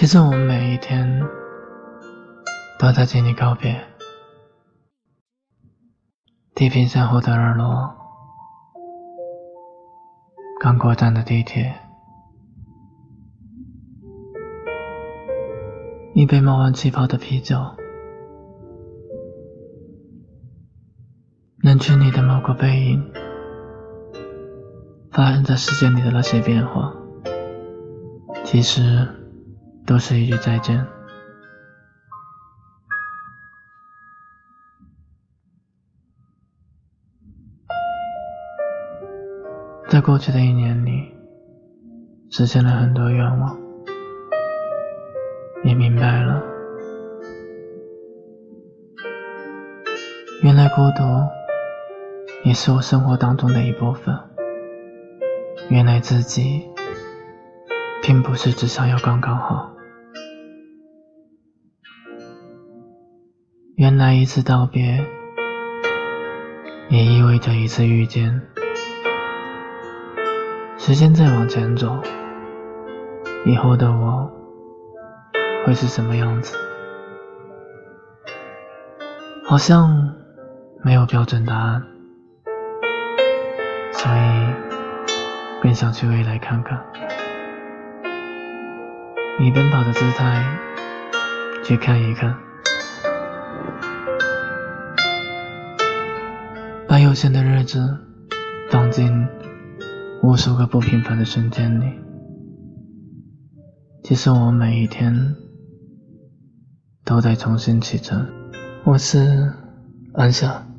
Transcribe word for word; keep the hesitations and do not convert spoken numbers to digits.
其实我们每一天都在经历告别。地平线后的日落，刚过站的地铁，一杯冒完气泡的啤酒，人群里的某个背影，发生在时间里的那些变化，其实都是一句再见。在过去的一年里，实现了很多愿望，也明白了，原来孤独也是我生活当中的一部分，原来自己并不是只想要刚刚好，原来一次道别也意味着一次遇见。时间再往前走，以后的我会是什么样子？好像没有标准答案，所以更想去未来看看，以奔跑的姿态去看一看，把有限的日子放进无数个不平凡的瞬间里。其实我每一天都在重新启程。我是安夏。